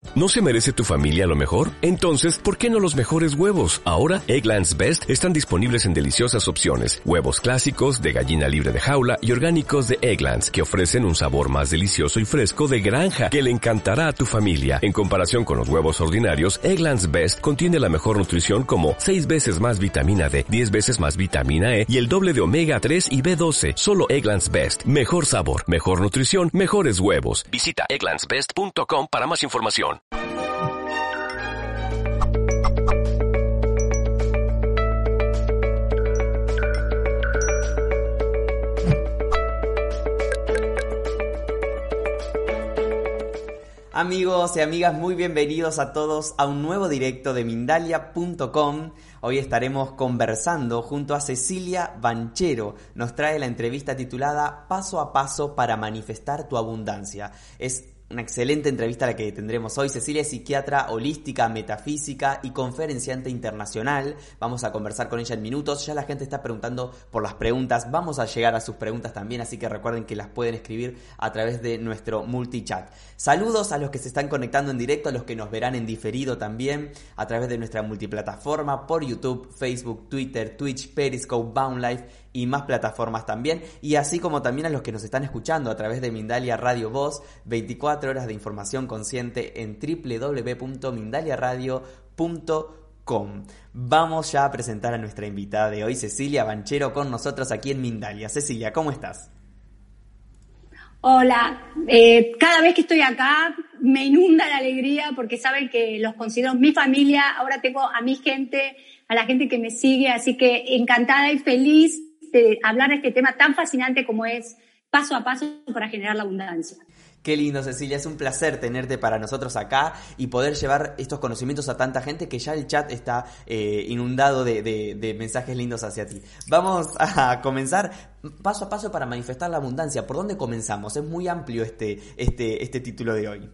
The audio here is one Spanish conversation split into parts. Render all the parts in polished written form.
¿No se merece tu familia lo mejor? Entonces, ¿por qué no los mejores huevos? Ahora, Eggland's Best están disponibles en deliciosas opciones. Huevos clásicos, de gallina libre de jaula y orgánicos de Eggland's, que ofrecen un sabor más delicioso y fresco de granja, que le encantará a tu familia. En comparación con los huevos ordinarios, Eggland's Best contiene la mejor nutrición como 6 veces más vitamina D, 10 veces más vitamina E y el doble de omega 3 y B12. Solo Eggland's Best. Mejor sabor, mejor nutrición, mejores huevos. Visita egglandsbest.com para más información. Amigos y amigas, muy bienvenidos a todos a un nuevo directo de Mindalia.com. Hoy estaremos conversando junto a Cecilia Banchero. Nos trae la entrevista titulada Paso a paso para manifestar tu abundancia. Es una excelente entrevista la que tendremos hoy. Cecilia es psiquiatra holística, metafísica y conferenciante internacional. Vamos a conversar con ella en minutos. Ya la gente está preguntando por las preguntas. Vamos a llegar a sus preguntas también, así que recuerden que las pueden escribir a través de nuestro multichat. Saludos a los que se están conectando en directo, a los que nos verán en diferido también a través de nuestra multiplataforma por YouTube, Facebook, Twitter, Twitch, Periscope, Boundlife y más plataformas también, y así como también a los que nos están escuchando a través de Mindalia Radio Voz, 24 horas de información consciente en www.mindaliaradio.com. Vamos ya a presentar a nuestra invitada de hoy, Cecilia Banchero, con nosotros aquí en Mindalia. Cecilia, ¿cómo estás? Hola, cada vez que estoy acá me inunda la alegría porque saben que los considero mi familia. Ahora tengo a mi gente, a la gente que me sigue, así que encantada y feliz de hablar de este tema tan fascinante como es paso a paso para generar la abundancia. Qué lindo, Cecilia, es un placer tenerte para nosotros acá y poder llevar estos conocimientos a tanta gente que ya el chat está inundado de mensajes lindos hacia ti. Vamos a comenzar paso a paso para manifestar la abundancia. ¿Por dónde comenzamos? Es muy amplio este título de hoy.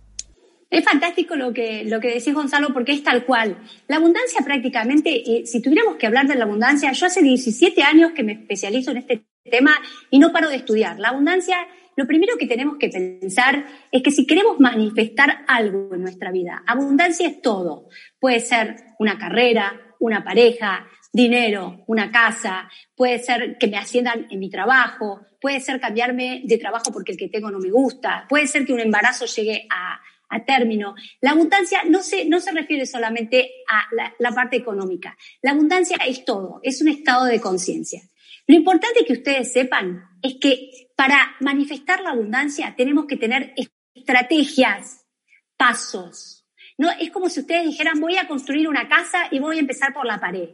Es fantástico lo que decís, Gonzalo, porque es tal cual. La abundancia prácticamente, si tuviéramos que hablar de la abundancia, yo hace 17 años que me especializo en este tema y no paro de estudiar. La abundancia, lo primero que tenemos que pensar es que si queremos manifestar algo en nuestra vida, abundancia es todo. Puede ser una carrera, una pareja, dinero, una casa, puede ser que me asciendan en mi trabajo, puede ser cambiarme de trabajo porque el que tengo no me gusta, puede ser que un embarazo llegue a término. La abundancia no se refiere solamente a la parte económica. La abundancia es todo, es un estado de conciencia. Lo importante que ustedes sepan es que para manifestar la abundancia tenemos que tener estrategias, pasos. No, es como si ustedes dijeran, voy a construir una casa y voy a empezar por la pared.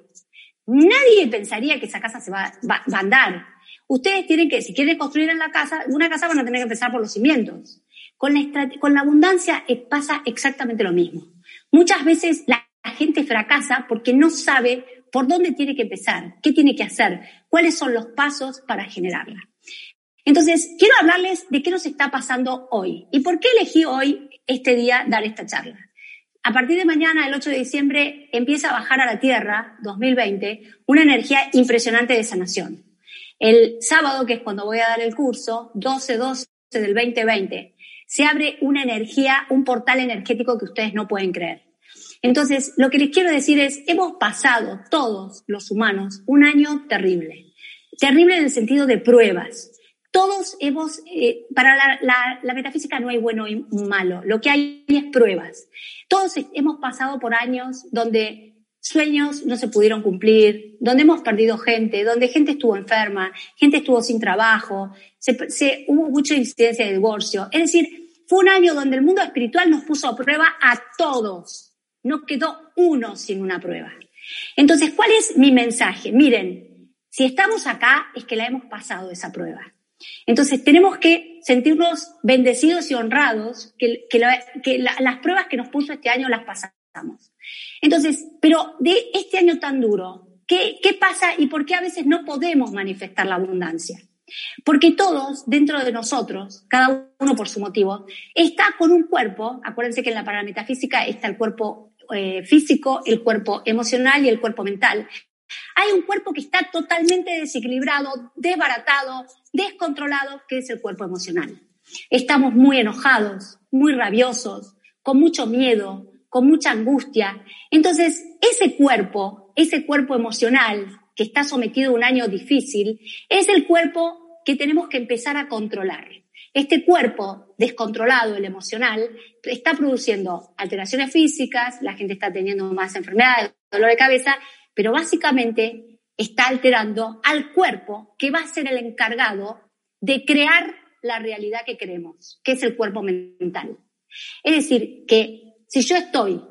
Nadie pensaría que esa casa se va a andar. Ustedes tienen que, si quieren construir una casa van a tener que empezar por los cimientos. Con la abundancia pasa exactamente lo mismo. Muchas veces la gente fracasa porque no sabe por dónde tiene que empezar, qué tiene que hacer, cuáles son los pasos para generarla. Entonces, quiero hablarles de qué nos está pasando hoy y por qué elegí hoy, este día, dar esta charla. A partir de mañana, el 8 de diciembre, empieza a bajar a la Tierra, 2020, una energía impresionante de sanación. El sábado, que es cuando voy a dar el curso, 12/12 del 2020, se abre una energía, un portal energético que ustedes no pueden creer. Entonces, lo que les quiero decir es, hemos pasado todos los humanos un año terrible. Terrible en el sentido de pruebas. Todos hemos, para la metafísica no hay bueno y malo, lo que hay es pruebas. Todos hemos pasado por años donde sueños no se pudieron cumplir, donde hemos perdido gente, donde gente estuvo enferma, gente estuvo sin trabajo, hubo mucha incidencia de divorcio. Es decir, fue un año donde el mundo espiritual nos puso a prueba a todos. No quedó uno sin una prueba. Entonces, ¿cuál es mi mensaje? Miren, si estamos acá es que la hemos pasado esa prueba. Entonces, tenemos que sentirnos bendecidos y honrados que las pruebas que nos puso este año las pasamos. Entonces, pero de este año tan duro, ¿qué pasa y por qué a veces no podemos manifestar la abundancia? Porque todos, dentro de nosotros, cada uno por su motivo, está con un cuerpo. Acuérdense que en la parametafísica está el cuerpo físico, el cuerpo emocional y el cuerpo mental. Hay un cuerpo que está totalmente desequilibrado, desbaratado, descontrolado, que es el cuerpo emocional. Estamos muy enojados, muy rabiosos, con mucho miedo, con mucha angustia. Entonces, ese cuerpo emocional que está sometido a un año difícil, es el cuerpo que tenemos que empezar a controlar. Este cuerpo descontrolado, el emocional, está produciendo alteraciones físicas, la gente está teniendo más enfermedades, dolor de cabeza, pero básicamente está alterando al cuerpo que va a ser el encargado de crear la realidad que queremos, que es el cuerpo mental. Es decir, que si yo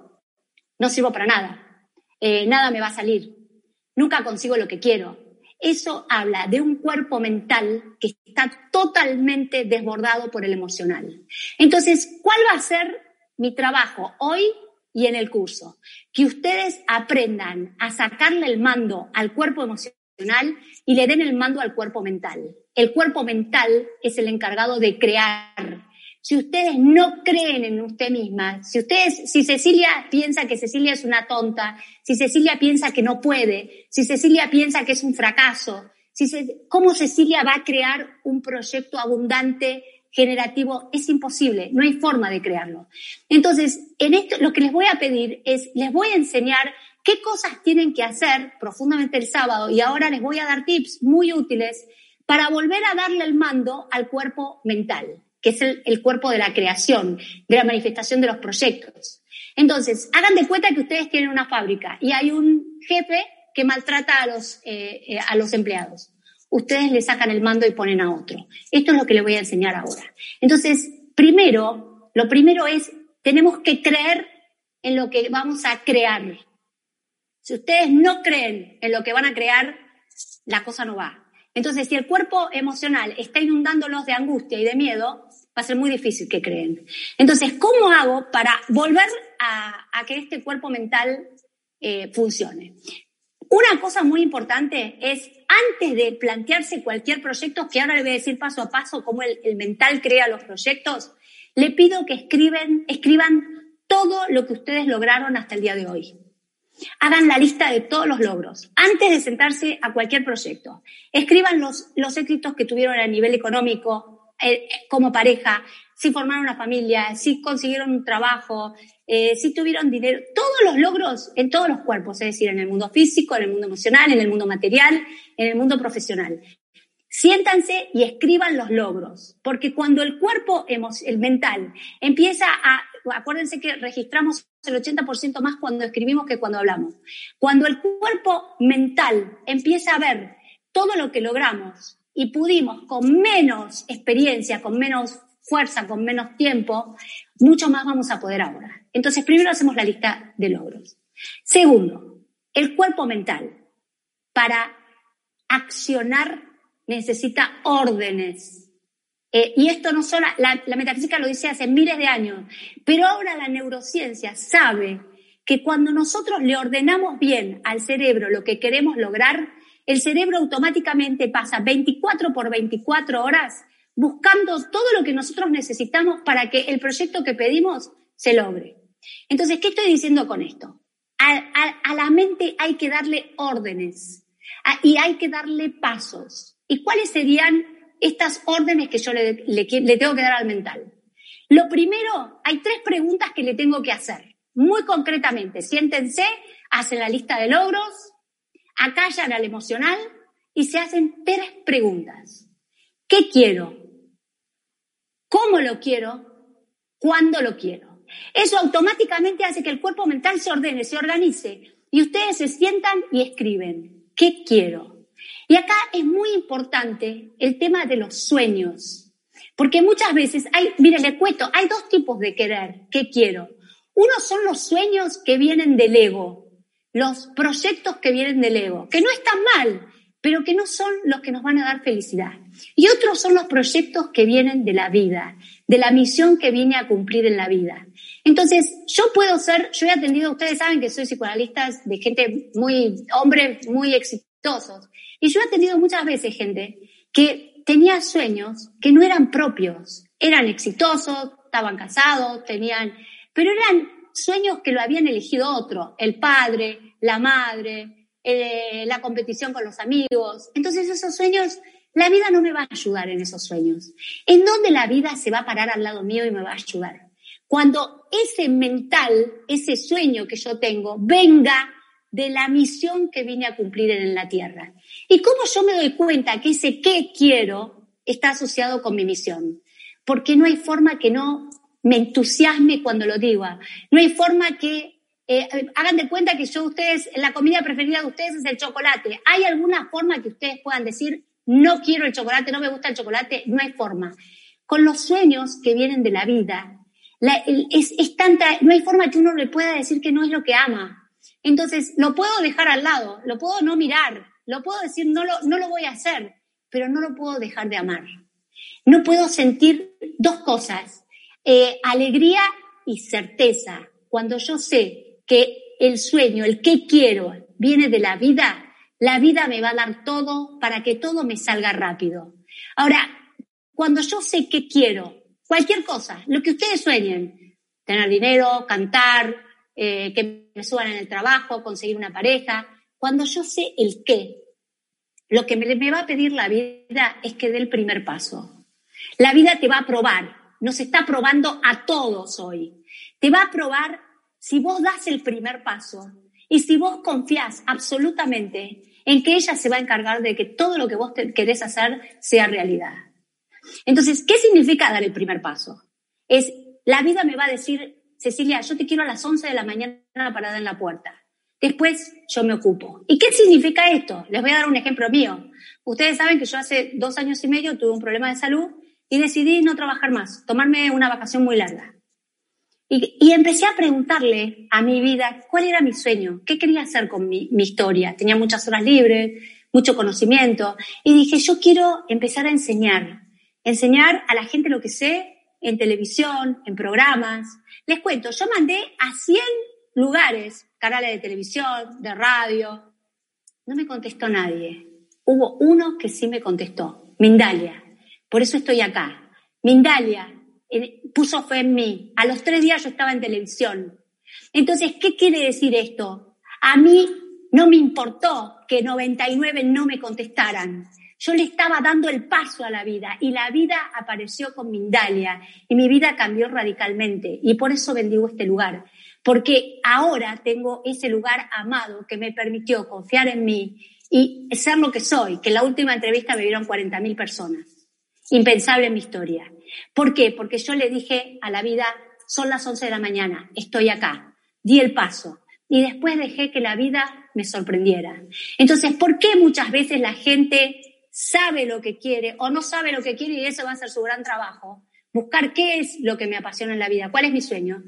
no sirvo para nada, nada me va a salir, nunca consigo lo que quiero. Eso habla de un cuerpo mental que está totalmente desbordado por el emocional. Entonces, ¿cuál va a ser mi trabajo hoy y en el curso? Que ustedes aprendan a sacarle el mando al cuerpo emocional y le den el mando al cuerpo mental. El cuerpo mental es el encargado de crear. Si ustedes no creen en usted misma, si Cecilia piensa que Cecilia es una tonta, si Cecilia piensa que no puede, si Cecilia piensa que es un fracaso, ¿cómo Cecilia va a crear un proyecto abundante, generativo? Es imposible, no hay forma de crearlo. Entonces, en esto lo que les voy a pedir es, les voy a enseñar qué cosas tienen que hacer profundamente el sábado, y ahora les voy a dar tips muy útiles para volver a darle el mando al cuerpo mental, que es el cuerpo de la creación, de la manifestación de los proyectos. Entonces, hagan de cuenta que ustedes tienen una fábrica y hay un jefe que maltrata a los empleados. Ustedes le sacan el mando y ponen a otro. Esto es lo que les voy a enseñar ahora. Entonces, lo primero es, tenemos que creer en lo que vamos a crear. Si ustedes no creen en lo que van a crear, la cosa no va. Entonces, si el cuerpo emocional está inundándolos de angustia y de miedo, va a ser muy difícil que creen. Entonces, ¿cómo hago para volver a que este cuerpo mental funcione? Una cosa muy importante es, antes de plantearse cualquier proyecto, que ahora le voy a decir paso a paso cómo el mental crea los proyectos, le pido que escriban todo lo que ustedes lograron hasta el día de hoy. Hagan la lista de todos los logros. Antes de sentarse a cualquier proyecto, escriban los éxitos que tuvieron a nivel económico, como pareja, si formaron una familia, si consiguieron un trabajo, si tuvieron dinero, todos los logros en todos los cuerpos, es decir, en el mundo físico, en el mundo emocional, en el mundo material, en el mundo profesional. Siéntanse y escriban los logros, porque cuando el cuerpo el mental empieza acuérdense que registramos el 80% más cuando escribimos que cuando hablamos. Cuando el cuerpo mental empieza a ver todo lo que logramos y pudimos con menos experiencia, con menos fuerza, con menos tiempo, mucho más vamos a poder ahora. Entonces, primero hacemos la lista de logros. Segundo, el cuerpo mental, para accionar, necesita órdenes. Y esto no solo, la metafísica lo dice hace miles de años, pero ahora la neurociencia sabe que cuando nosotros le ordenamos bien al cerebro lo que queremos lograr, el cerebro automáticamente pasa 24 por 24 horas buscando todo lo que nosotros necesitamos para que el proyecto que pedimos se logre. Entonces, ¿qué estoy diciendo con esto? A la mente hay que darle órdenes y hay que darle pasos. ¿Y cuáles serían estas órdenes que yo le tengo que dar al mental? Lo primero, hay 3 preguntas que le tengo que hacer. Muy concretamente, siéntense, hacen la lista de logros, acallan al emocional y se hacen 3 preguntas. ¿Qué quiero? ¿Cómo lo quiero? ¿Cuándo lo quiero? Eso automáticamente hace que el cuerpo mental se ordene, se organice y ustedes se sientan y escriben. ¿Qué quiero? Y acá es muy importante el tema de los sueños, porque muchas veces miren, les cuento, hay 2 tipos de querer. ¿Qué quiero? Uno son los sueños que vienen del ego, los proyectos que vienen del ego, que no están mal, pero que no son los que nos van a dar felicidad. Y otros son los proyectos que vienen de la vida, de la misión que vine a cumplir en la vida. Entonces, yo he atendido, ustedes saben que soy psicoanalista de gente hombres muy exitosos, y yo he atendido muchas veces gente que tenía sueños que no eran propios, eran exitosos, estaban casados, pero eran sueños que lo habían elegido otro, el padre, la madre, la competición con los amigos. Entonces esos sueños, la vida no me va a ayudar en esos sueños. ¿En dónde la vida se va a parar al lado mío y me va a ayudar? cuando ese mental, ese sueño que yo tengo, venga de la misión que vine a cumplir en la Tierra. ¿Y cómo yo me doy cuenta que ese qué quiero está asociado con mi misión? Porque no hay forma que no me entusiasme cuando lo diga. No hay forma que hagan de cuenta que ustedes, la comida preferida de ustedes es el chocolate. ¿Hay alguna forma que ustedes puedan decir, no quiero el chocolate, no me gusta el chocolate? No hay forma. Con los sueños que vienen de la vida, no hay forma que uno le pueda decir que no es lo que ama. Entonces, lo puedo dejar al lado, lo puedo no mirar, lo puedo decir, no lo voy a hacer, pero no lo puedo dejar de amar. No puedo sentir dos cosas, alegría y certeza. Cuando yo sé que el sueño, el qué quiero, viene de la vida me va a dar todo para que todo me salga rápido. Ahora, cuando yo sé qué quiero, cualquier cosa, lo que ustedes sueñen, tener dinero, cantar, que me suban en el trabajo, conseguir una pareja, cuando yo sé el qué, lo que me va a pedir la vida es que dé el primer paso. La vida te va a probar, nos está probando a todos hoy. Te va a probar si vos das el primer paso y si vos confías absolutamente en que ella se va a encargar de que todo lo que vos querés hacer sea realidad. Entonces, ¿qué significa dar el primer paso? La vida me va a decir, Cecilia, yo te quiero a las 11 de la mañana parada en la puerta. Después yo me ocupo. ¿Y qué significa esto? Les voy a dar un ejemplo mío. Ustedes saben que yo hace 2 años y medio tuve un problema de salud y decidí no trabajar más, tomarme una vacación muy larga. Y empecé a preguntarle a mi vida cuál era mi sueño, qué quería hacer con mi historia. Tenía muchas horas libres, mucho conocimiento. Y dije, yo quiero empezar a enseñar a la gente lo que sé en televisión, en programas. Les cuento, yo mandé a 100 lugares, canales de televisión, de radio. No me contestó nadie. Hubo uno que sí me contestó, Mindalia. Por eso estoy acá. Mindalia puso fe en mí. A los 3 días yo estaba en televisión. Entonces, ¿qué quiere decir esto? A mí no me importó que 99 no me contestaran. Yo le estaba dando el paso a la vida y la vida apareció con Mindalia y mi vida cambió radicalmente y por eso bendigo este lugar. Porque ahora tengo ese lugar amado que me permitió confiar en mí y ser lo que soy, que en la última entrevista me vieron 40.000 personas. Impensable en mi historia. ¿Por qué? Porque yo le dije a la vida, son las 11 de la mañana, estoy acá, di el paso y después dejé que la vida me sorprendiera. Entonces, ¿por qué muchas veces la gente sabe lo que quiere o no sabe lo que quiere y eso va a ser su gran trabajo? Buscar qué es lo que me apasiona en la vida, cuál es mi sueño.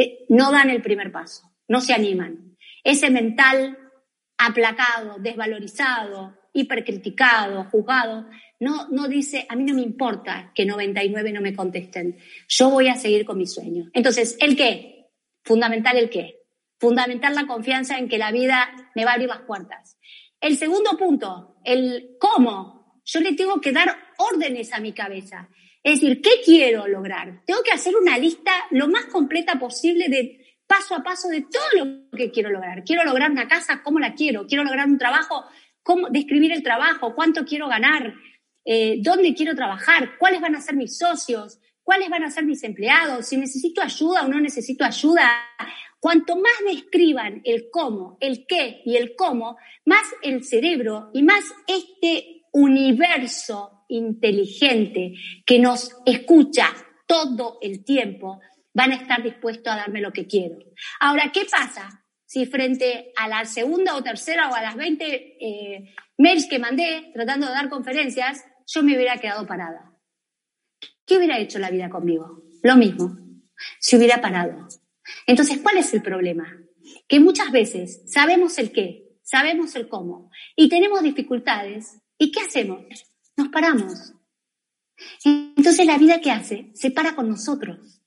No dan el primer paso, no se animan. Ese mental aplacado, desvalorizado, hipercriticado, juzgado, no dice, a mí no me importa que 99 no me contesten, yo voy a seguir con mi sueño. Entonces, ¿el qué? Fundamental el qué. Fundamental la confianza en que la vida me va a abrir las puertas. El segundo punto, el cómo. Yo le tengo que dar órdenes a mi cabeza. Es decir, ¿qué quiero lograr? Tengo que hacer una lista lo más completa posible de paso a paso de todo lo que quiero lograr. Quiero lograr una casa, ¿cómo la quiero? Quiero lograr un trabajo, ¿cómo describir el trabajo? ¿Cuánto quiero ganar? ¿Dónde quiero trabajar? ¿Cuáles van a ser mis socios? ¿Cuáles van a ser mis empleados? Si necesito ayuda o no necesito ayuda. Cuanto más describan el cómo, el qué y el cómo, más el cerebro y más este universo inteligente que nos escucha todo el tiempo van a estar dispuestos a darme lo que quiero. Ahora, ¿qué pasa si frente a la segunda o tercera o a las 20 mails que mandé tratando de dar conferencias, yo me hubiera quedado parada? ¿Qué hubiera hecho la vida conmigo? Lo mismo, si hubiera parado. Entonces, ¿cuál es el problema? Que muchas veces sabemos el qué, sabemos el cómo y tenemos dificultades. ¿Y qué hacemos? Nos paramos. Entonces, ¿la vida qué hace? Se para con nosotros.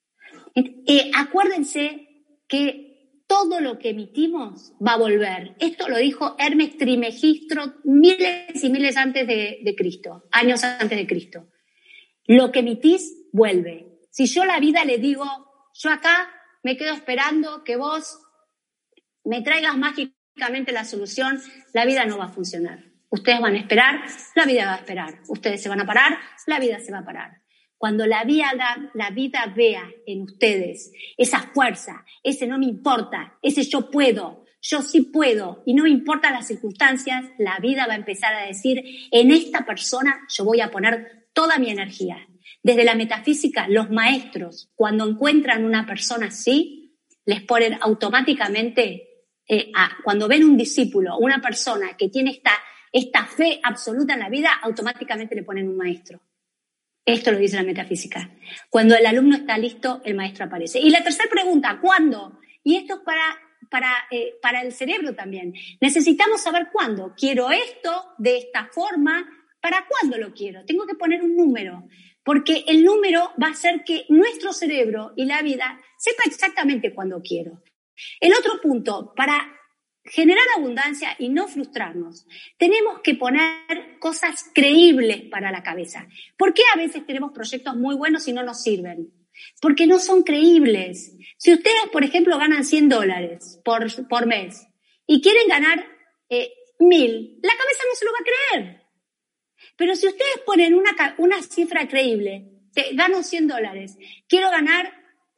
Acuérdense que todo lo que emitimos va a volver. Esto lo dijo Hermes Trismegisto miles y miles antes de Cristo, años antes de Cristo. Lo que emitís vuelve. Si yo a la vida le digo, yo acá me quedo esperando que vos me traigas mágicamente la solución, la vida no va a funcionar. Ustedes van a esperar, la vida va a esperar. Ustedes se van a parar, la vida se va a parar. cuando la vida vea en ustedes esa fuerza, ese no me importa, ese yo puedo, yo sí puedo, y no me importan las circunstancias, la vida va a empezar a decir, en esta persona yo voy a poner toda mi energía. Desde la metafísica, los maestros, cuando encuentran una persona así, les ponen automáticamente, cuando ven un discípulo, una persona que tiene esta fe absoluta en la vida, automáticamente le ponen un maestro. Esto lo dice la metafísica. Cuando el alumno está listo, el maestro aparece. Y la tercera pregunta, ¿cuándo? Y esto es para el cerebro también. Necesitamos saber cuándo. Quiero esto de esta forma. ¿Para cuándo lo quiero? Tengo que poner un número, porque el número va a hacer que nuestro cerebro y la vida sepa exactamente cuándo quiero. El otro punto, para generar abundancia y no frustrarnos, tenemos que poner cosas creíbles para la cabeza. ¿Por qué a veces tenemos proyectos muy buenos y no nos sirven? Porque no son creíbles. Si ustedes, por ejemplo, ganan $100 por mes y quieren ganar 1.000, la cabeza no se lo va a creer. Pero si ustedes ponen una cifra creíble, gano $100, quiero ganar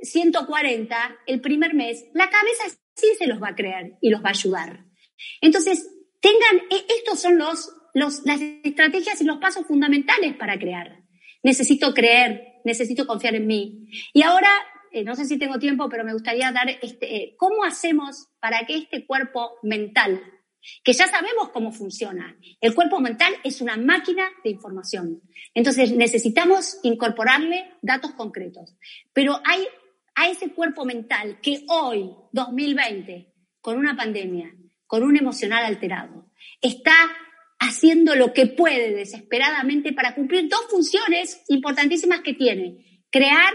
140 el primer mes, la cabeza sí se los va a creer y los va a ayudar. Entonces, estos son las estrategias y los pasos fundamentales para crear. Necesito creer, necesito confiar en mí. Y ahora, no sé si tengo tiempo, pero me gustaría dar ¿cómo hacemos para que este cuerpo mental, que ya sabemos cómo funciona? El cuerpo mental es una máquina de información. Entonces, necesitamos incorporarle datos concretos. Pero hay a ese cuerpo mental que hoy, 2020, con una pandemia, con un emocional alterado, está haciendo lo que puede desesperadamente para cumplir dos funciones importantísimas que tiene: crear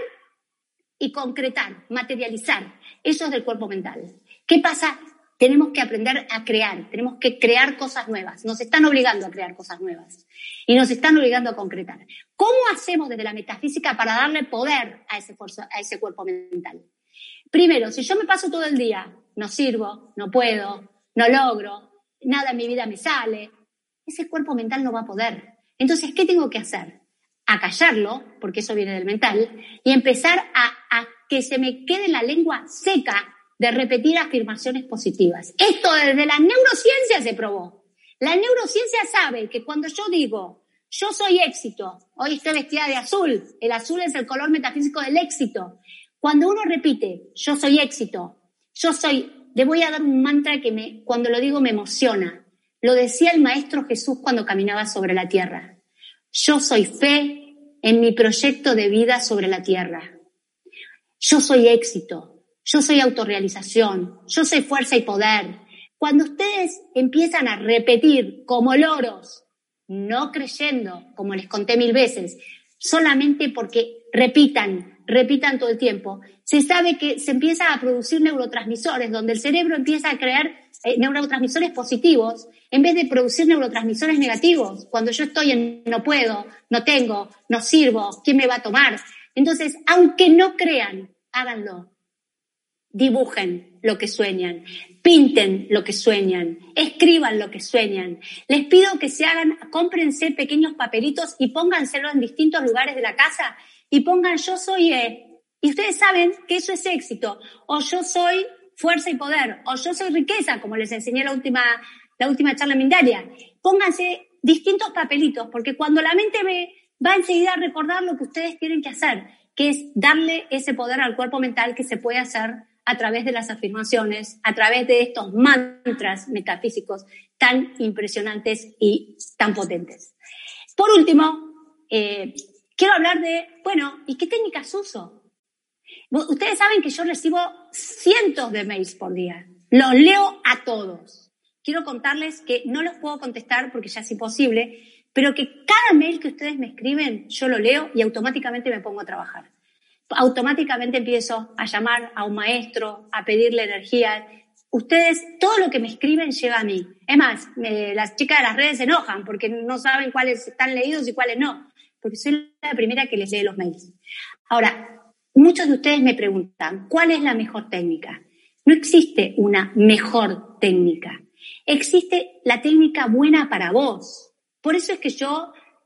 y concretar, materializar. Eso es del cuerpo mental. ¿Qué pasa? Tenemos que aprender a crear, tenemos que crear cosas nuevas. Nos están obligando a crear cosas nuevas y nos están obligando a concretar. ¿Cómo hacemos desde la metafísica para darle poder a ese cuerpo mental? Primero, si yo me paso todo el día, no sirvo, no puedo, no logro, nada en mi vida me sale, ese cuerpo mental no va a poder. Entonces, ¿qué tengo que hacer? Acallarlo, porque eso viene del mental, y empezar a que se me quede la lengua seca de repetir afirmaciones positivas. Esto desde la neurociencia se probó. La neurociencia sabe que cuando yo digo, yo soy éxito, hoy estoy vestida de azul, el azul es el color metafísico del éxito. Cuando uno repite, yo soy éxito, le voy a dar un mantra que cuando lo digo me emociona. Lo decía el Maestro Jesús cuando caminaba sobre la tierra. Yo soy fe en mi proyecto de vida sobre la tierra. Yo soy éxito. Yo soy autorrealización, yo soy fuerza y poder. Cuando ustedes empiezan a repetir como loros, no creyendo, como les conté 1000 veces, solamente porque repitan todo el tiempo, se sabe que se empieza a producir neurotransmisores, donde el cerebro empieza a crear neurotransmisores positivos en vez de producir neurotransmisores negativos. Cuando yo estoy en no puedo, no tengo, no sirvo, ¿quién me va a tomar? Entonces, aunque no crean, háganlo. Dibujen lo que sueñan, pinten lo que sueñan, escriban lo que sueñan. Les pido que cómprense pequeños papelitos y pónganselo en distintos lugares de la casa y pongan yo soy y ustedes saben que eso es éxito, o yo soy fuerza y poder, o yo soy riqueza, como les enseñé la última charla Mindalia. Pónganse distintos papelitos, porque cuando la mente va enseguida a recordar lo que ustedes tienen que hacer, que es darle ese poder al cuerpo mental que se puede hacer a través de las afirmaciones, a través de estos mantras metafísicos tan impresionantes y tan potentes. Por último, quiero hablar de, ¿y qué técnicas uso? Ustedes saben que yo recibo cientos de mails por día. Los leo a todos. Quiero contarles que no los puedo contestar porque ya es imposible, pero que cada mail que ustedes me escriben, yo lo leo y automáticamente me pongo a trabajar. Automáticamente empiezo a llamar a un maestro, a pedirle energía. Ustedes, todo lo que me escriben llega a mí. Es más, las chicas de las redes se enojan porque no saben cuáles están leídos y cuáles no, porque soy la primera que les lee los mails. Ahora, muchos de ustedes me preguntan, ¿cuál es la mejor técnica? No existe una mejor técnica. Existe la técnica buena para vos. Por eso es que yo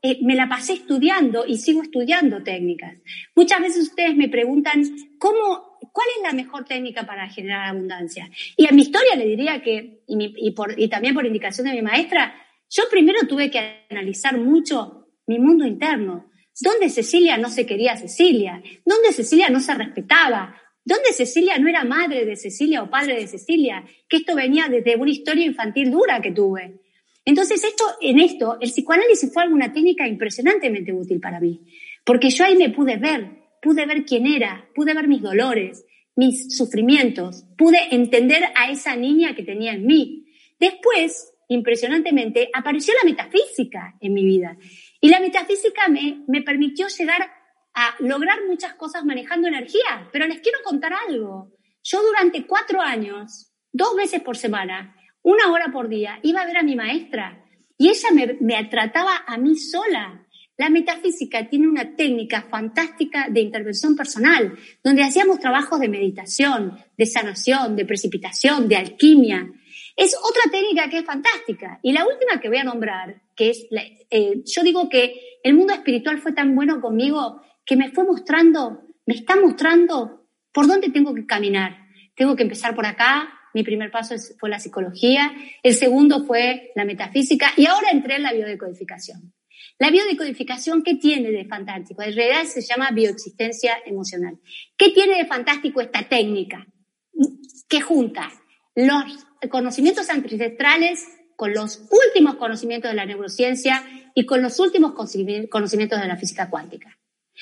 me la pasé estudiando y sigo estudiando técnicas. Muchas veces ustedes me preguntan ¿cuál es la mejor técnica para generar abundancia? Y a mi historia le diría que, y también por indicación de mi maestra, yo primero tuve que analizar mucho mi mundo interno. ¿Dónde Cecilia no se quería a Cecilia? ¿Dónde Cecilia no se respetaba? ¿Dónde Cecilia no era madre de Cecilia o padre de Cecilia? Que esto venía desde una historia infantil dura que tuve. Entonces el psicoanálisis fue alguna técnica impresionantemente útil para mí, porque yo ahí me pude ver quién era, pude ver mis dolores, mis sufrimientos, pude entender a esa niña que tenía en mí. Después, impresionantemente, apareció la metafísica en mi vida, y la metafísica me permitió llegar a lograr muchas cosas manejando energía, pero les quiero contar algo. Yo durante 4 años, 2 veces por semana, 1 hora por día, iba a ver a mi maestra y ella me trataba a mí sola. La metafísica tiene una técnica fantástica de intervención personal, donde hacíamos trabajos de meditación, de sanación, de precipitación, de alquimia. Es otra técnica que es fantástica. Y la última que voy a nombrar, que es, yo digo que el mundo espiritual fue tan bueno conmigo que me está mostrando por dónde tengo que caminar. Tengo que empezar por acá. Mi primer paso fue la psicología, el segundo fue la metafísica y ahora entré en la biodecodificación. La biodecodificación, ¿qué tiene de fantástico? En realidad se llama bioexistencia emocional. ¿Qué tiene de fantástico esta técnica? Que junta los conocimientos ancestrales con los últimos conocimientos de la neurociencia y con los últimos conocimientos de la física cuántica.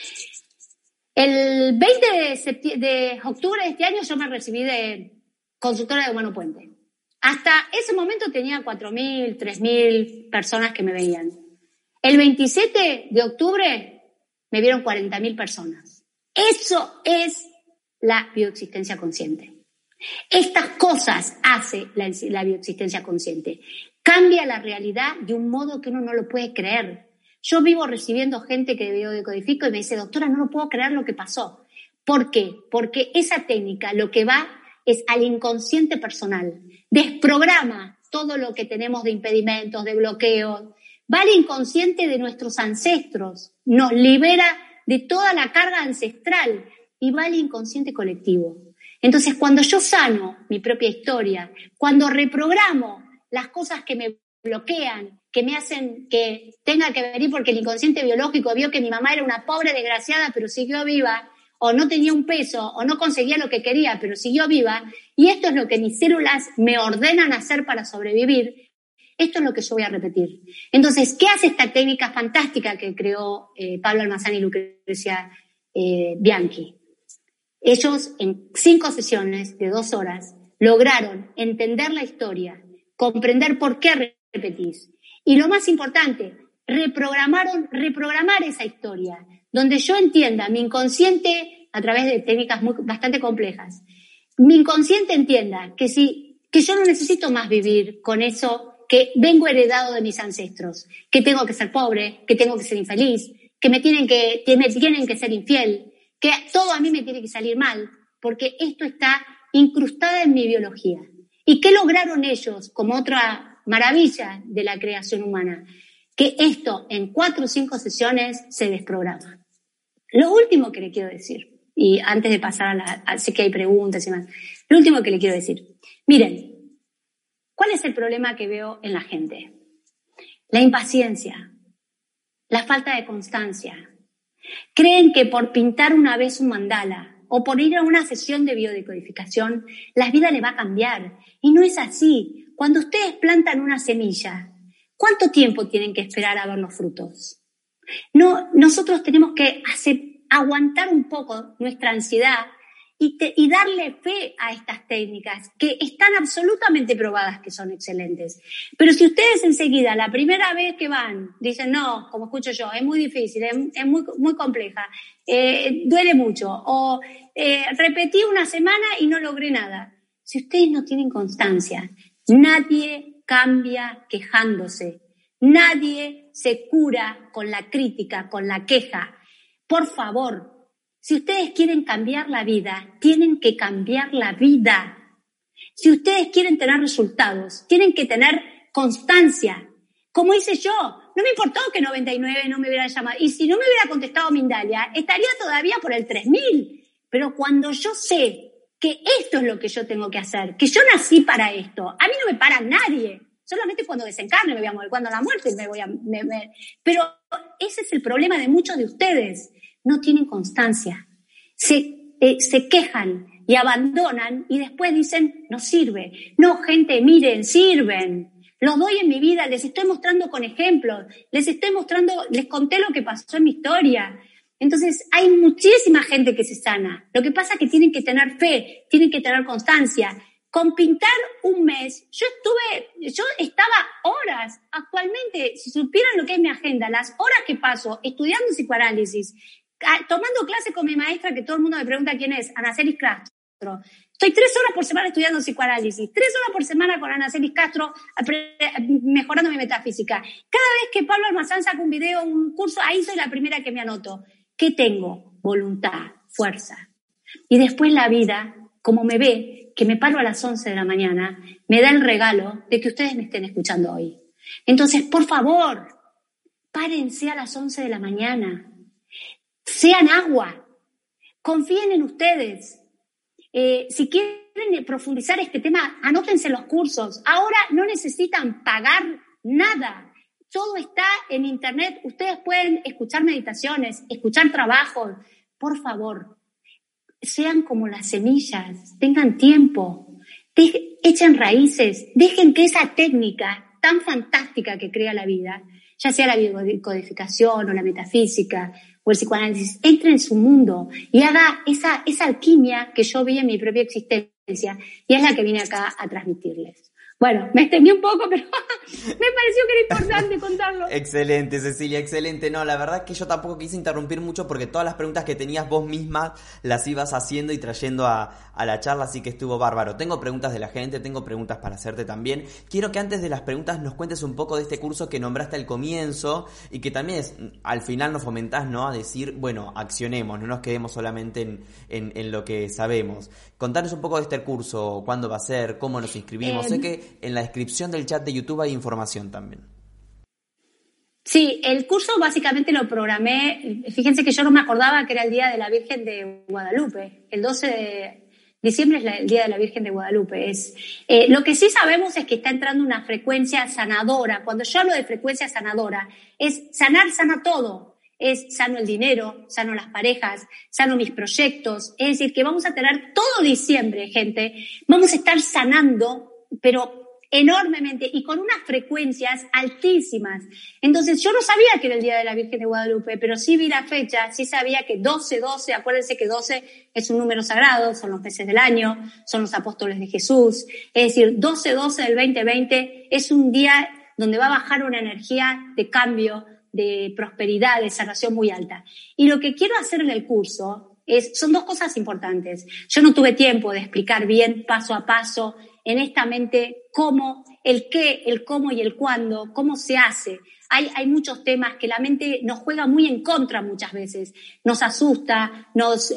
El 20 de octubre de este año yo me recibí de consultora de Humano Puente. Hasta ese momento tenía 4.000, 3.000 personas que me veían. El 27 de octubre me vieron 40.000 personas. Eso es la bioexistencia consciente. Estas cosas hace la bioexistencia consciente. Cambia la realidad de un modo que uno no lo puede creer. Yo vivo recibiendo gente que biodecodifico y me dice, doctora, no lo puedo creer lo que pasó. ¿Por qué? Porque esa técnica lo que va es al inconsciente personal. Desprograma todo lo que tenemos de impedimentos, de bloqueos. Va al inconsciente de nuestros ancestros. Nos libera de toda la carga ancestral y va al inconsciente colectivo. Entonces, cuando yo sano mi propia historia, cuando reprogramo las cosas que me bloquean, que me hacen que tenga que venir porque el inconsciente biológico vio que mi mamá era una pobre desgraciada pero siguió viva, o no tenía un peso, o no conseguía lo que quería, pero siguió viva, y esto es lo que mis células me ordenan hacer para sobrevivir, esto es lo que yo voy a repetir. Entonces, ¿qué hace esta técnica fantástica que creó Pablo Almazán y Lucrecia Bianchi? Ellos, en 5 sesiones de 2 horas, lograron entender la historia, comprender por qué repetís. Y lo más importante, reprogramar esa historia, donde yo entienda mi inconsciente, a través de técnicas bastante complejas, mi inconsciente entienda que yo no necesito más vivir con eso que vengo heredado de mis ancestros, que tengo que ser pobre, que tengo que ser infeliz, que me tienen que ser infiel, que todo a mí me tiene que salir mal, porque esto está incrustada en mi biología. ¿Y qué lograron ellos como otra maravilla de la creación humana? Que esto en 4 o 5 sesiones se desprograma. Lo último que le quiero decir, y antes de pasar sé que hay preguntas y más, lo último que le quiero decir, miren, ¿cuál es el problema que veo en la gente? La impaciencia, la falta de constancia. Creen que por pintar una vez un mandala o por ir a una sesión de biodecodificación, la vida le va a cambiar. Y no es así. Cuando ustedes plantan una semilla, ¿cuánto tiempo tienen que esperar a ver los frutos? No, nosotros tenemos que aguantar un poco nuestra ansiedad y darle fe a estas técnicas que están absolutamente probadas que son excelentes. Pero si ustedes enseguida, la primera vez que van, dicen, no, como escucho yo, es muy difícil, es muy, muy compleja, duele mucho, o repetí una semana y no logré nada. Si ustedes no tienen constancia, nadie cambia quejándose, nadie se cura con la crítica, con la queja. Por favor, si ustedes quieren cambiar la vida, tienen que cambiar la vida. Si ustedes quieren tener resultados, tienen que tener constancia. Como hice yo, no me importó que 99 no me hubieran llamado. Y si no me hubiera contestado Mindalia, estaría todavía por el 3000. Pero cuando yo sé que esto es lo que yo tengo que hacer, que yo nací para esto, a mí no me para nadie. Solamente cuando desencarne me voy a morir, cuando a la muerte me voy a... Pero ese es el problema de muchos de ustedes. No tienen constancia. Se quejan y abandonan y después dicen, no sirve. No, gente, miren, sirven. Los doy en mi vida, les estoy mostrando con ejemplos, les conté lo que pasó en mi historia. Entonces, hay muchísima gente que se sana. Lo que pasa es que tienen que tener fe, tienen que tener constancia. Con pintar un mes, yo estaba horas, actualmente, si supieran lo que es mi agenda, las horas que paso estudiando psicoanálisis, tomando clases con mi maestra, que todo el mundo me pregunta quién es, Anacelis Castro. Estoy 3 horas por semana estudiando psicoanálisis, 3 horas por semana con Anacelis Castro, mejorando mi metafísica. Cada vez que Pablo Almazán saca un video, un curso, ahí soy la primera que me anoto. ¿Qué tengo? Voluntad, fuerza. Y después la vida, como me ve, que me paro a las 11 de la mañana, me da el regalo de que ustedes me estén escuchando hoy. Entonces, por favor, párense a las 11 de la mañana. Sean agua. Confíen en ustedes. Si quieren profundizar este tema, anótense los cursos. Ahora no necesitan pagar nada. Todo está en internet. Ustedes pueden escuchar meditaciones, escuchar trabajos. Por favor, sean como las semillas, tengan tiempo, echen raíces, dejen que esa técnica tan fantástica que crea la vida, ya sea la biocodificación o la metafísica o el psicoanálisis, entre en su mundo y haga esa alquimia que yo vi en mi propia existencia y es la que vine acá a transmitirles. Bueno, me extendí un poco, pero me pareció que era importante contarlo. Excelente, Cecilia, excelente. No, la verdad que yo tampoco quise interrumpir mucho porque todas las preguntas que tenías vos misma las ibas haciendo y trayendo a la charla, así que estuvo bárbaro. Tengo preguntas de la gente, tengo preguntas para hacerte también. Quiero que antes de las preguntas nos cuentes un poco de este curso que nombraste al comienzo y que también al final nos fomentás, ¿no? A decir, bueno, accionemos, no nos quedemos solamente en lo que sabemos. Contanos un poco de este curso, cuándo va a ser, cómo nos inscribimos. Sé que en la descripción del chat de YouTube hay información también. Sí, el curso básicamente lo programé, fíjense que yo no me acordaba que era el Día de la Virgen de Guadalupe, el 12 de diciembre es el Día de la Virgen de Guadalupe. Lo que sí sabemos es que está entrando una frecuencia sanadora. Cuando yo hablo de frecuencia sanadora, es sanar, sana todo. Es sano el dinero, sano las parejas, sano mis proyectos. Es decir, que vamos a tener todo diciembre, gente, vamos a estar sanando, pero enormemente y con unas frecuencias altísimas. Entonces yo no sabía que era el Día de la Virgen de Guadalupe, pero sí vi la fecha, sí sabía que 12, acuérdense que 12 es un número sagrado, son los meses del año, son los apóstoles de Jesús. Es decir, 12 del 2020 es un día donde va a bajar una energía de cambio, de prosperidad, de sanación muy alta. Y lo que quiero hacer en el curso son 2 cosas importantes. Yo no tuve tiempo de explicar bien, paso a paso, en esta mente, cómo, el qué, el cómo y el cuándo, cómo se hace. Hay muchos temas que la mente nos juega muy en contra muchas veces. Nos asusta,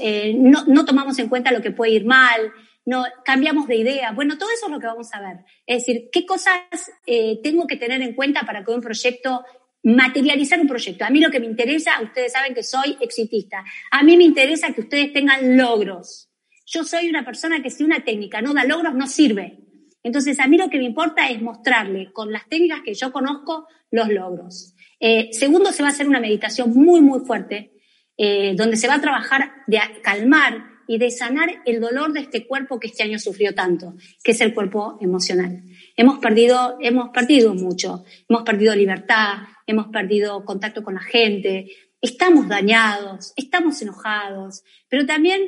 no tomamos en cuenta lo que puede ir mal, no cambiamos de idea. Bueno, todo eso es lo que vamos a ver. Es decir, qué cosas tengo que tener en cuenta para que un proyecto, materializar un proyecto. A mí lo que me interesa, ustedes saben que soy exitista, a mí me interesa que ustedes tengan logros. Yo soy una persona que si una técnica no da logros, no sirve. Entonces, a mí lo que me importa es mostrarle con las técnicas que yo conozco los logros. Segundo, se va a hacer una meditación muy, muy fuerte, donde se va a trabajar de calmar y de sanar el dolor de este cuerpo que este año sufrió tanto, que es el cuerpo emocional. Hemos perdido mucho. Hemos perdido libertad, hemos perdido contacto con la gente, estamos dañados, estamos enojados, pero también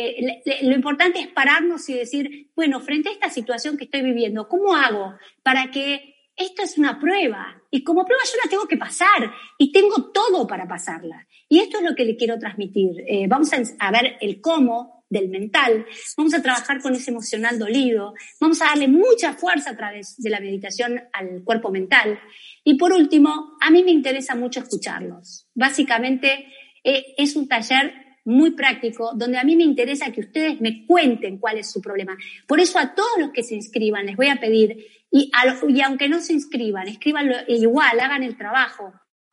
lo importante es pararnos y decir, bueno, frente a esta situación que estoy viviendo, ¿cómo hago para que esto es una prueba? Y como prueba yo la tengo que pasar y tengo todo para pasarla. Y esto es lo que le quiero transmitir. Vamos a ver el cómo del mental, vamos a trabajar con ese emocional dolido, vamos a darle mucha fuerza a través de la meditación al cuerpo mental. Y por último, a mí me interesa mucho escucharlos. Básicamente es un taller muy práctico, donde a mí me interesa que ustedes me cuenten cuál es su problema. Por eso a todos los que se inscriban les voy a pedir, y aunque no se inscriban, escríbanlo igual, hagan el trabajo.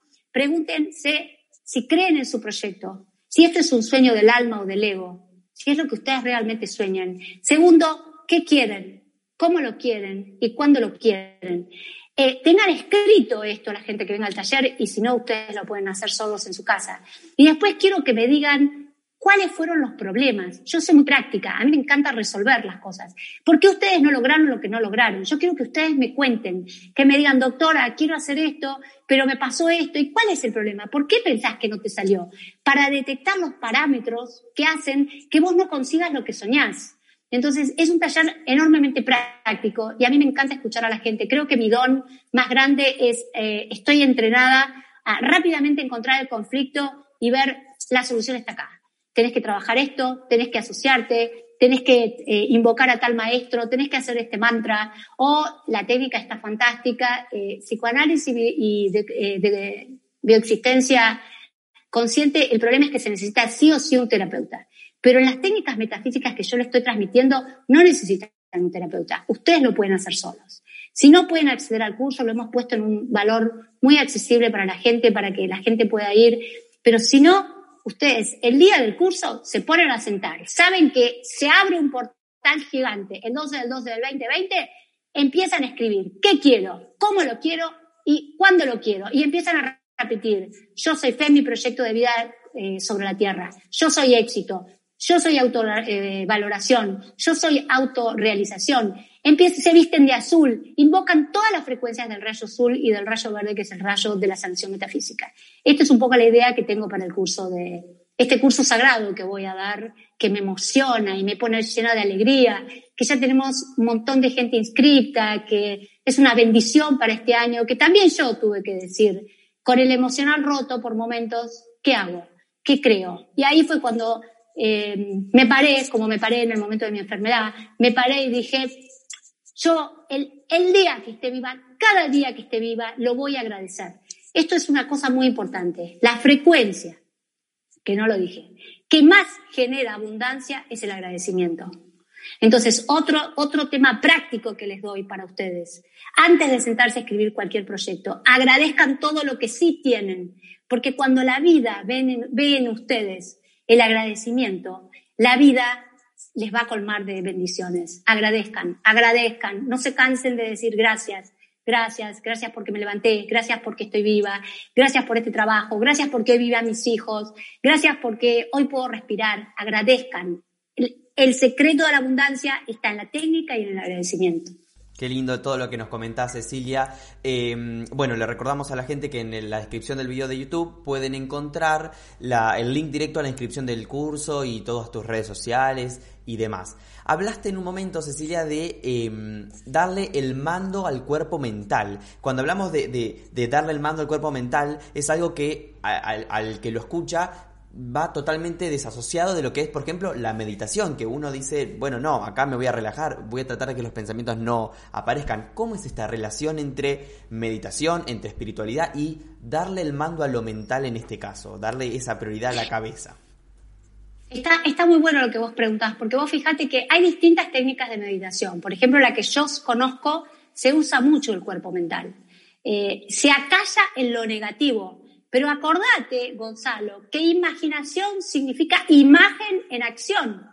Pregúntense si creen en su proyecto, si esto es un sueño del alma o del ego, si es lo que ustedes realmente sueñan. Segundo, ¿qué quieren? ¿Cómo lo quieren? ¿Y cuándo lo quieren? Tengan escrito esto la gente que venga al taller, y si no, ustedes lo pueden hacer solos en su casa. Y después quiero que me digan cuáles fueron los problemas. Yo soy muy práctica, a mí me encanta resolver las cosas. ¿Por qué ustedes no lograron lo que no lograron? Yo quiero que ustedes me cuenten, que me digan, doctora, quiero hacer esto, pero me pasó esto. ¿Y cuál es el problema? ¿Por qué pensás que no te salió? Para detectar los parámetros que hacen que vos no consigas lo que soñás. Entonces, es un taller enormemente práctico y a mí me encanta escuchar a la gente. Creo que mi don más grande es, estoy entrenada a rápidamente encontrar el conflicto y ver la solución está acá. Tenés que trabajar esto, tenés que asociarte, tenés que invocar a tal maestro, tenés que hacer este mantra, o la técnica está fantástica, psicoanálisis y de bioexistencia consciente. El problema es que se necesita sí o sí un terapeuta. Pero en las técnicas metafísicas que yo les estoy transmitiendo no necesitan un terapeuta. Ustedes lo pueden hacer solos. Si no pueden acceder al curso, lo hemos puesto en un valor muy accesible para la gente, para que la gente pueda ir. Pero si no, ustedes el día del curso se ponen a sentar. Saben que se abre un portal gigante el 12 del 12 del 2020, empiezan a escribir qué quiero, cómo lo quiero y cuándo lo quiero. Y empiezan a repetir, yo soy fe en mi proyecto de vida sobre la tierra, yo soy éxito, yo soy autovaloración, yo soy autorrealización. Se visten de azul, invocan todas las frecuencias del rayo azul y del rayo verde, que es el rayo de la sanación metafísica. Esta es un poco la idea que tengo para el curso este curso sagrado que voy a dar, que me emociona y me pone llena de alegría, que ya tenemos un montón de gente inscripta, que es una bendición para este año, que también yo tuve que decir, con el emocional roto por momentos, ¿qué hago? ¿Qué creo? Y ahí fue cuando me paré, como me paré en el momento de mi enfermedad, me paré y dije, yo el día que esté viva, cada día que esté viva, lo voy a agradecer. Esto es una cosa muy importante. La frecuencia, que no lo dije, que más genera abundancia es el agradecimiento. Entonces, otro tema práctico que les doy para ustedes. Antes de sentarse a escribir cualquier proyecto, agradezcan todo lo que sí tienen, porque cuando la vida ve en ustedes el agradecimiento, la vida les va a colmar de bendiciones. Agradezcan, no se cansen de decir gracias porque me levanté, gracias porque estoy viva, gracias por este trabajo, gracias porque hoy viven mis hijos, gracias porque hoy puedo respirar. Agradezcan. El secreto de la abundancia está en la técnica y en el agradecimiento. Qué lindo todo lo que nos comentás, Cecilia. Bueno, le recordamos a la gente que en la descripción del video de YouTube pueden encontrar el link directo a la inscripción del curso y todas tus redes sociales y demás. Hablaste en un momento, Cecilia, de darle el mando al cuerpo mental. Cuando hablamos de darle el mando al cuerpo mental, es algo que al que lo escucha va totalmente desasociado de lo que es, por ejemplo, la meditación, que uno dice, bueno, no, acá me voy a relajar, voy a tratar de que los pensamientos no aparezcan. ¿Cómo es esta relación entre meditación, entre espiritualidad y darle el mando a lo mental en este caso, darle esa prioridad a la cabeza? Está muy bueno lo que vos preguntás, porque vos fijate que hay distintas técnicas de meditación. Por ejemplo, la que yo conozco, se usa mucho el cuerpo mental. Se acalla en lo negativo. Pero acordate, Gonzalo, que imaginación significa imagen en acción.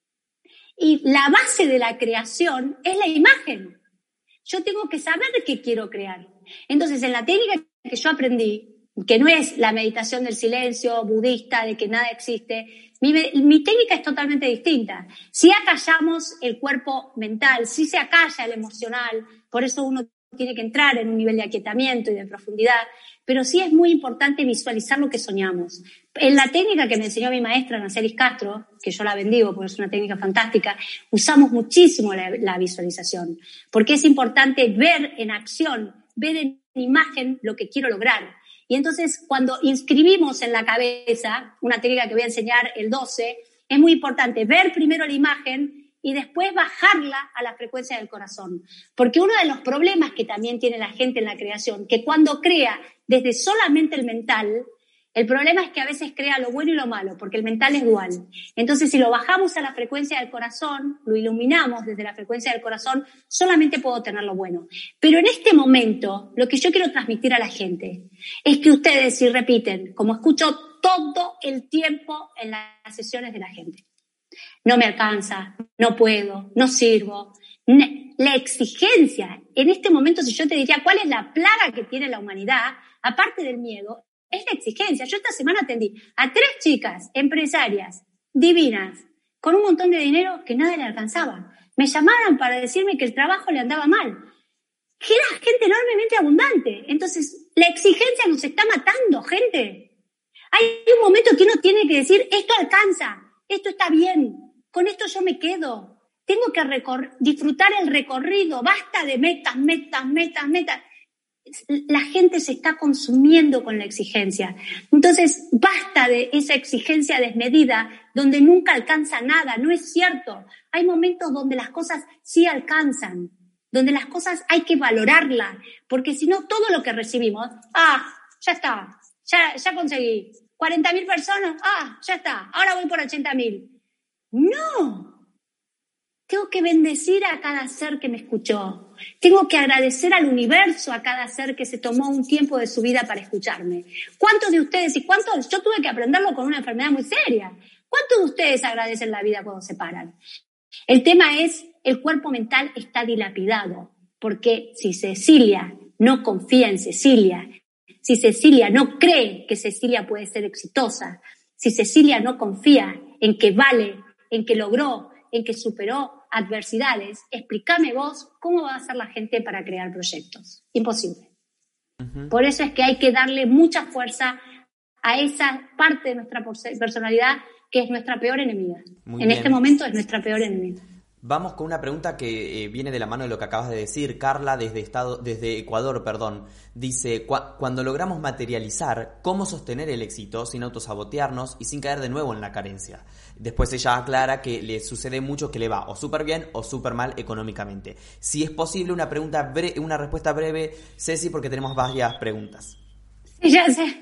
Y la base de la creación es la imagen. Yo tengo que saber qué quiero crear. Entonces, en la técnica que yo aprendí, que no es la meditación del silencio budista, de que nada existe, mi técnica es totalmente distinta. Si acallamos el cuerpo mental, si se acalla el emocional, por eso uno tiene que entrar en un nivel de aquietamiento y de profundidad, pero sí es muy importante visualizar lo que soñamos. En la técnica que me enseñó mi maestra, Nacelis Castro, que yo la bendigo porque es una técnica fantástica, usamos muchísimo la visualización, porque es importante ver en acción, ver en imagen lo que quiero lograr. Y entonces, cuando inscribimos en la cabeza, una técnica que voy a enseñar el 12, es muy importante ver primero la imagen y después bajarla a la frecuencia del corazón. Porque uno de los problemas que también tiene la gente en la creación, que cuando crea desde solamente el mental, El problema es que a veces crea lo bueno y lo malo, porque el mental es dual. Entonces, si lo bajamos a la frecuencia del corazón, lo iluminamos desde la frecuencia del corazón, solamente puedo tener lo bueno. Pero en este momento, lo que yo quiero transmitir a la gente es que ustedes, si repiten, como escucho todo el tiempo en las sesiones de la gente, no me alcanza, no puedo, no sirvo. La exigencia, en este momento, si yo te diría cuál es la plaga que tiene la humanidad, aparte del miedo, es la exigencia. Yo esta semana atendí a 3 chicas empresarias divinas con un montón de dinero que nada le alcanzaba. Me llamaron para decirme que el trabajo le andaba mal. Que era gente enormemente abundante. Entonces, la exigencia nos está matando, gente. Hay un momento que uno tiene que decir, esto alcanza, esto está bien, con esto yo me quedo. Tengo que disfrutar el recorrido, basta de metas. La gente se está consumiendo con la exigencia. Entonces, basta de esa exigencia desmedida donde nunca alcanza nada. No es cierto. Hay momentos donde las cosas sí alcanzan, donde las cosas hay que valorarlas, porque si no, todo lo que recibimos, ya está, ya conseguí. 40.000 personas, ya está, ahora voy por 80.000. No. Tengo que bendecir a cada ser que me escuchó. Tengo que agradecer al universo a cada ser que se tomó un tiempo de su vida para escucharme. ¿Cuántos de ustedes yo tuve que aprenderlo con una enfermedad muy seria? ¿Cuántos de ustedes agradecen la vida cuando se paran? El tema es, el cuerpo mental está dilapidado, porque si Cecilia no confía en Cecilia, si Cecilia no cree que Cecilia puede ser exitosa, si Cecilia no confía en que vale, en que logró, en que superó adversidades, explícame vos cómo va a hacer la gente para crear proyectos. Imposible. Uh-huh. Por eso es que hay que darle mucha fuerza a esa parte de nuestra personalidad que es nuestra peor enemiga. En este momento es nuestra peor enemiga. Vamos con una pregunta que viene de la mano de lo que acabas de decir. Carla, desde Ecuador, dice, cuando logramos materializar, ¿cómo sostener el éxito sin autosabotearnos y sin caer de nuevo en la carencia? Después ella aclara que le sucede mucho que le va o súper bien o súper mal económicamente. Si es posible, una respuesta breve, Ceci, porque tenemos varias preguntas. Sí, ya sé.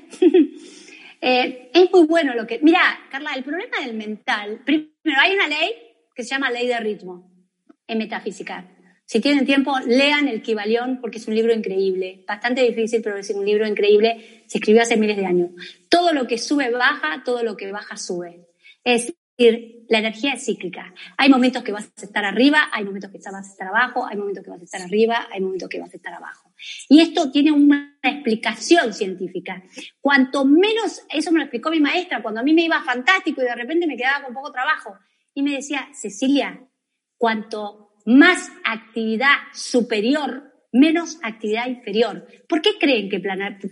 Es muy bueno lo que... Mira, Carla, el problema del mental... Primero, hay una ley que se llama Ley de Ritmo, en metafísica. Si tienen tiempo, lean el Kybalión, porque es un libro increíble. Bastante difícil, pero es un libro increíble. Se escribió hace miles de años. Todo lo que sube, baja. Todo lo que baja, sube. Es decir, la energía es cíclica. Hay momentos que vas a estar arriba, hay momentos que vas a estar abajo, hay momentos que vas a estar arriba, hay momentos que vas a estar abajo. Y esto tiene una explicación científica. Cuanto menos, eso me lo explicó mi maestra, cuando a mí me iba fantástico y de repente me quedaba con poco trabajo. Y me decía, Cecilia, cuanto más actividad superior, menos actividad inferior. ¿Por qué creen que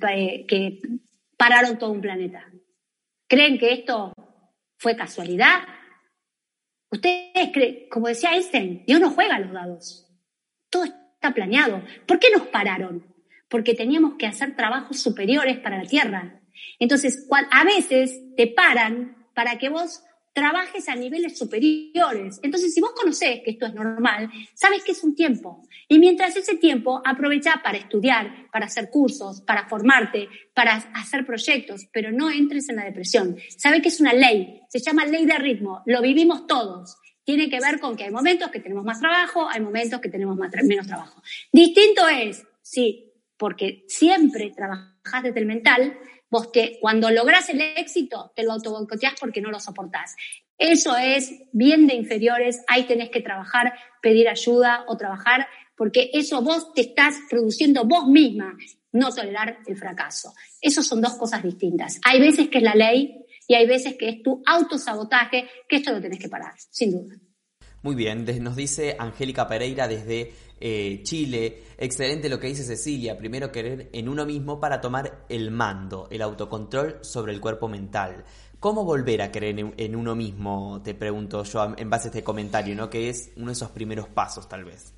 pararon todo un planeta? ¿Creen que esto fue casualidad? Ustedes creen, como decía Einstein, Dios no juega a los dados. Todo está planeado. ¿Por qué nos pararon? Porque teníamos que hacer trabajos superiores para la Tierra. Entonces, a veces te paran para que vos trabajes a niveles superiores. Entonces, si vos conocés que esto es normal, sabes que es un tiempo. Y mientras ese tiempo, aprovecha para estudiar, para hacer cursos, para formarte, para hacer proyectos, pero no entres en la depresión. Sabes que es una ley, se llama ley de ritmo, lo vivimos todos. Tiene que ver con que hay momentos que tenemos más trabajo, hay momentos que tenemos menos trabajo. Distinto es, sí, porque siempre trabajás desde el mental. Vos cuando lográs el éxito, te lo autoboicoteás porque no lo soportás. Eso es bien de inferiores, ahí tenés que trabajar, pedir ayuda o trabajar, porque eso vos te estás produciendo vos misma, no tolerar el fracaso. Esas son dos cosas distintas. Hay veces que es la ley y hay veces que es tu autosabotaje, que esto lo tenés que parar, sin duda. Muy bien, nos dice Angélica Pereira desde Chile. Excelente lo que dice Cecilia. Primero creer en uno mismo para tomar el mando, el autocontrol sobre el cuerpo mental. ¿Cómo volver a creer en uno mismo? Te pregunto yo en base a este comentario, ¿no? Que es uno de esos primeros pasos, tal vez.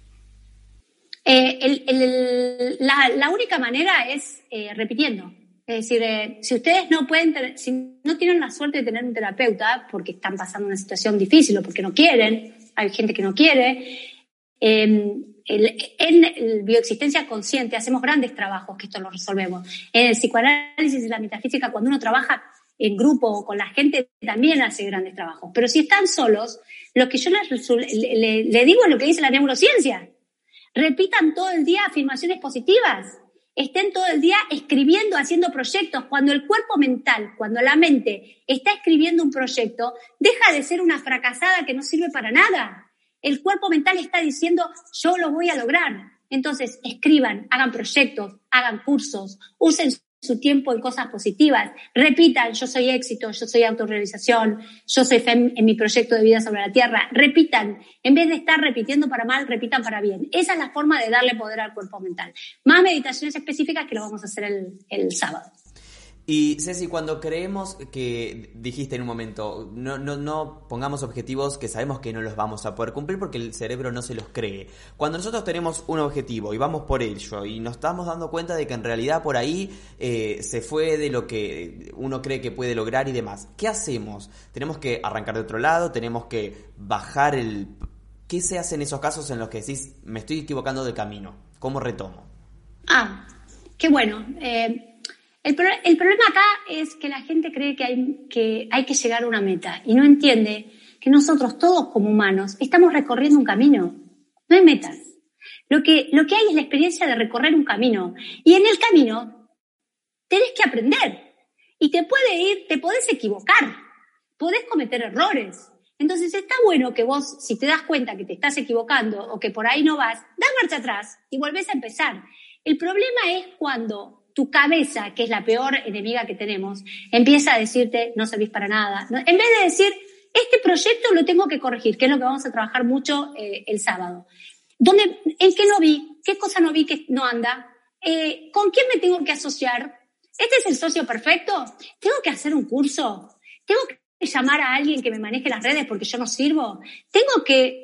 La única manera es repitiendo. Es decir, si ustedes no pueden si no tienen la suerte de tener un terapeuta porque están pasando una situación difícil o porque no quieren, hay gente que no quiere, En bioexistencia consciente hacemos grandes trabajos que esto lo resolvemos. En el psicoanálisis y la metafísica, cuando uno trabaja en grupo o con la gente, también hace grandes trabajos. Pero si están solos, lo que yo le digo es lo que dice la neurociencia. Repitan todo el día afirmaciones positivas. Estén todo el día escribiendo, haciendo proyectos. Cuando el cuerpo mental, cuando la mente está escribiendo un proyecto, deja de ser una fracasada que no sirve para nada. El cuerpo mental está diciendo, yo lo voy a lograr. Entonces, escriban, hagan proyectos, hagan cursos, usen su tiempo en cosas positivas. Repitan, yo soy éxito, yo soy autorrealización, yo soy FEM en mi proyecto de vida sobre la Tierra. Repitan, en vez de estar repitiendo para mal, repitan para bien. Esa es la forma de darle poder al cuerpo mental. Más meditaciones específicas que lo vamos a hacer el sábado. Y Ceci, cuando creemos que dijiste en un momento, no pongamos objetivos que sabemos que no los vamos a poder cumplir porque el cerebro no se los cree. Cuando nosotros tenemos un objetivo y vamos por ello y nos estamos dando cuenta de que en realidad por ahí se fue de lo que uno cree que puede lograr y demás, ¿qué hacemos? ¿Tenemos que arrancar de otro lado? ¿Tenemos que bajar el...? ¿Qué se hace en esos casos en los que decís, me estoy equivocando del camino? ¿Cómo retomo? Qué bueno. El problema acá es que la gente cree que hay que llegar a una meta y no entiende que nosotros todos como humanos estamos recorriendo un camino. No hay metas. Lo que hay es la experiencia de recorrer un camino. Y en el camino tenés que aprender. Y te podés equivocar. Podés cometer errores. Entonces está bueno que vos, si te das cuenta que te estás equivocando o que por ahí no vas, das marcha atrás y volvés a empezar. El problema es cuando tu cabeza, que es la peor enemiga que tenemos, empieza a decirte, no servís para nada. En vez de decir, este proyecto lo tengo que corregir, que es lo que vamos a trabajar mucho el sábado. ¿En qué no vi? ¿Qué cosa no vi que no anda? ¿Con quién me tengo que asociar? ¿Este es el socio perfecto? ¿Tengo que hacer un curso? ¿Tengo que llamar a alguien que me maneje las redes porque yo no sirvo? ¿Tengo que...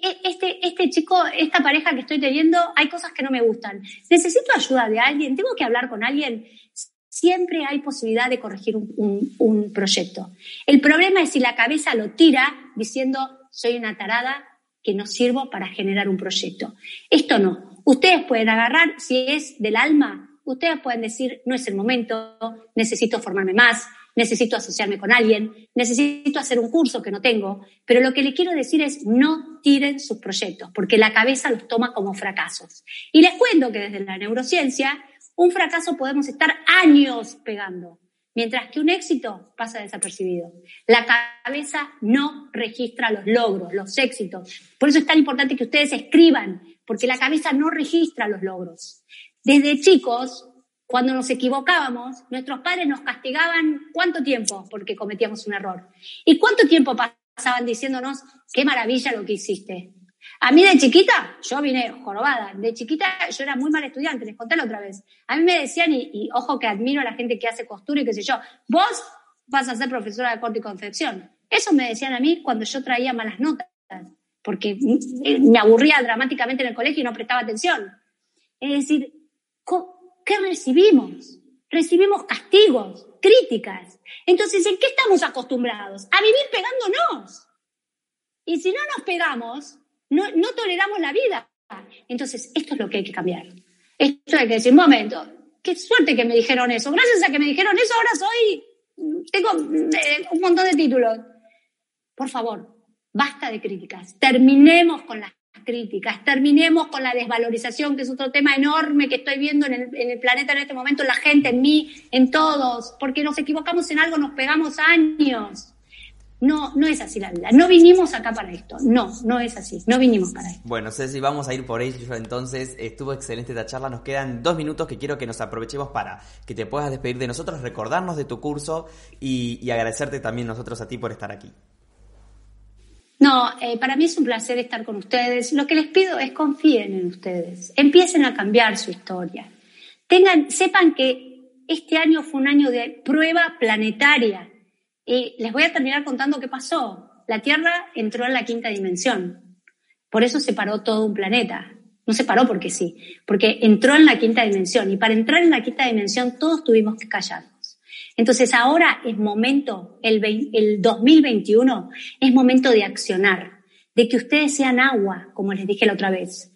Este chico, esta pareja que estoy teniendo, hay cosas que no me gustan. ¿Necesito ayuda de alguien? ¿Tengo que hablar con alguien? Siempre hay posibilidad de corregir un proyecto. El problema es si la cabeza lo tira diciendo, soy una tarada que no sirvo para generar un proyecto. Esto no. Ustedes pueden agarrar, si es del alma, ustedes pueden decir, no es el momento, necesito formarme más, necesito asociarme con alguien, necesito hacer un curso que no tengo, pero lo que le quiero decir es no tiren sus proyectos, porque la cabeza los toma como fracasos. Y les cuento que desde la neurociencia, un fracaso podemos estar años pegando, mientras que un éxito pasa desapercibido. La cabeza no registra los logros, los éxitos. Por eso es tan importante que ustedes escriban, porque la cabeza no registra los logros. Desde chicos, cuando nos equivocábamos, nuestros padres nos castigaban ¿cuánto tiempo? Porque cometíamos un error. ¿Y cuánto tiempo pasaban diciéndonos qué maravilla lo que hiciste? A mí de chiquita, yo vine jorobada. De chiquita yo era muy mal estudiante, les conté la otra vez. A mí me decían, y ojo que admiro a la gente que hace costura y qué sé yo, vos vas a ser profesora de corte y confección. Eso me decían a mí cuando yo traía malas notas, porque me aburría dramáticamente en el colegio y no prestaba atención. Es decir, ¿qué recibimos? Recibimos castigos, críticas. Entonces, ¿en qué estamos acostumbrados? A vivir pegándonos. Y si no nos pegamos, no toleramos la vida. Entonces, esto es lo que hay que cambiar. Esto hay que decir, un momento, qué suerte que me dijeron eso. Gracias a que me dijeron eso, ahora tengo un montón de títulos. Por favor, basta de críticas. Terminemos con las críticas, terminemos con la desvalorización, que es otro tema enorme que estoy viendo en el planeta en este momento, en la gente, en mí, en todos, porque nos equivocamos en algo, nos pegamos años. No es así la vida. No vinimos acá para esto. No es así. No vinimos para esto. Bueno, Ceci, vamos a ir por ello entonces. Estuvo excelente esta charla. Nos quedan 2 minutos que quiero que nos aprovechemos para que te puedas despedir de nosotros, recordarnos de tu curso y agradecerte también nosotros a ti por estar aquí. No, para mí es un placer estar con ustedes. Lo que les pido es confíen en ustedes. Empiecen a cambiar su historia. Sepan que este año fue un año de prueba planetaria. Y les voy a terminar contando qué pasó. La Tierra entró en la 5ª dimensión. Por eso se paró todo un planeta. No se paró porque sí, porque entró en la 5ª dimensión. Y para entrar en la 5ª dimensión todos tuvimos que callarnos. Entonces ahora es momento, el 2021, es momento de accionar, de que ustedes sean agua, como les dije la otra vez.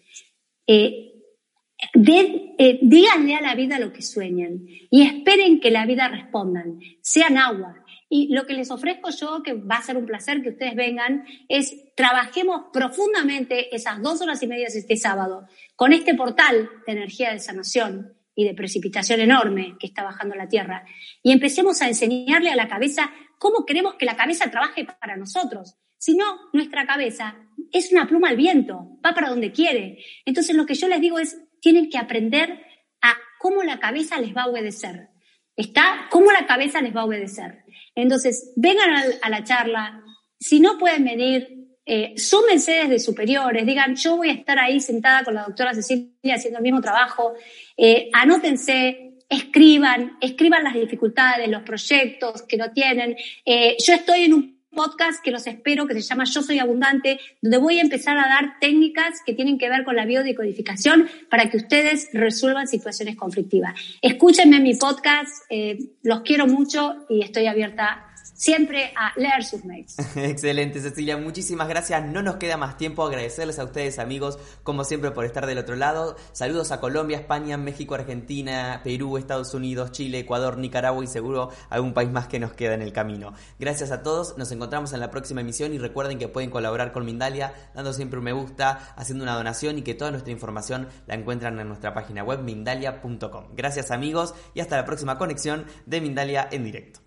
Díganle a la vida lo que sueñan y esperen que la vida respondan. Sean agua. Y lo que les ofrezco yo, que va a ser un placer que ustedes vengan, es trabajemos profundamente esas 2 horas y media este sábado con este portal de energía de sanación y de precipitación enorme que está bajando la Tierra. Y empecemos a enseñarle a la cabeza cómo queremos que la cabeza trabaje para nosotros. Si no, nuestra cabeza es una pluma al viento, va para donde quiere. Entonces lo que yo les digo es, tienen que aprender a cómo la cabeza les va a obedecer. ¿Cómo la cabeza les va a obedecer? Entonces, vengan a la charla. Si no pueden venir, súmense desde superiores. Digan, yo voy a estar ahí sentada con la doctora Cecilia haciendo el mismo trabajo. Anótense, escriban las dificultades, los proyectos que no tienen. Yo estoy en un podcast que los espero, que se llama Yo Soy Abundante, donde voy a empezar a dar técnicas que tienen que ver con la biodecodificación para que ustedes resuelvan situaciones conflictivas. Escúchenme en mi podcast, los quiero mucho y estoy abierta siempre a leer sus mails. Excelente, Cecilia, muchísimas gracias. No nos queda más tiempo. Agradecerles a ustedes, amigos, como siempre, por estar del otro lado. Saludos a Colombia, España, México, Argentina, Perú, Estados Unidos, Chile, Ecuador, Nicaragua y seguro algún país más que nos queda en el camino. Gracias a todos, nos encontramos en la próxima emisión y recuerden que pueden colaborar con Mindalia dando siempre un me gusta, haciendo una donación y que toda nuestra información la encuentran en nuestra página web mindalia.com. Gracias, amigos, y hasta la próxima conexión de Mindalia en directo.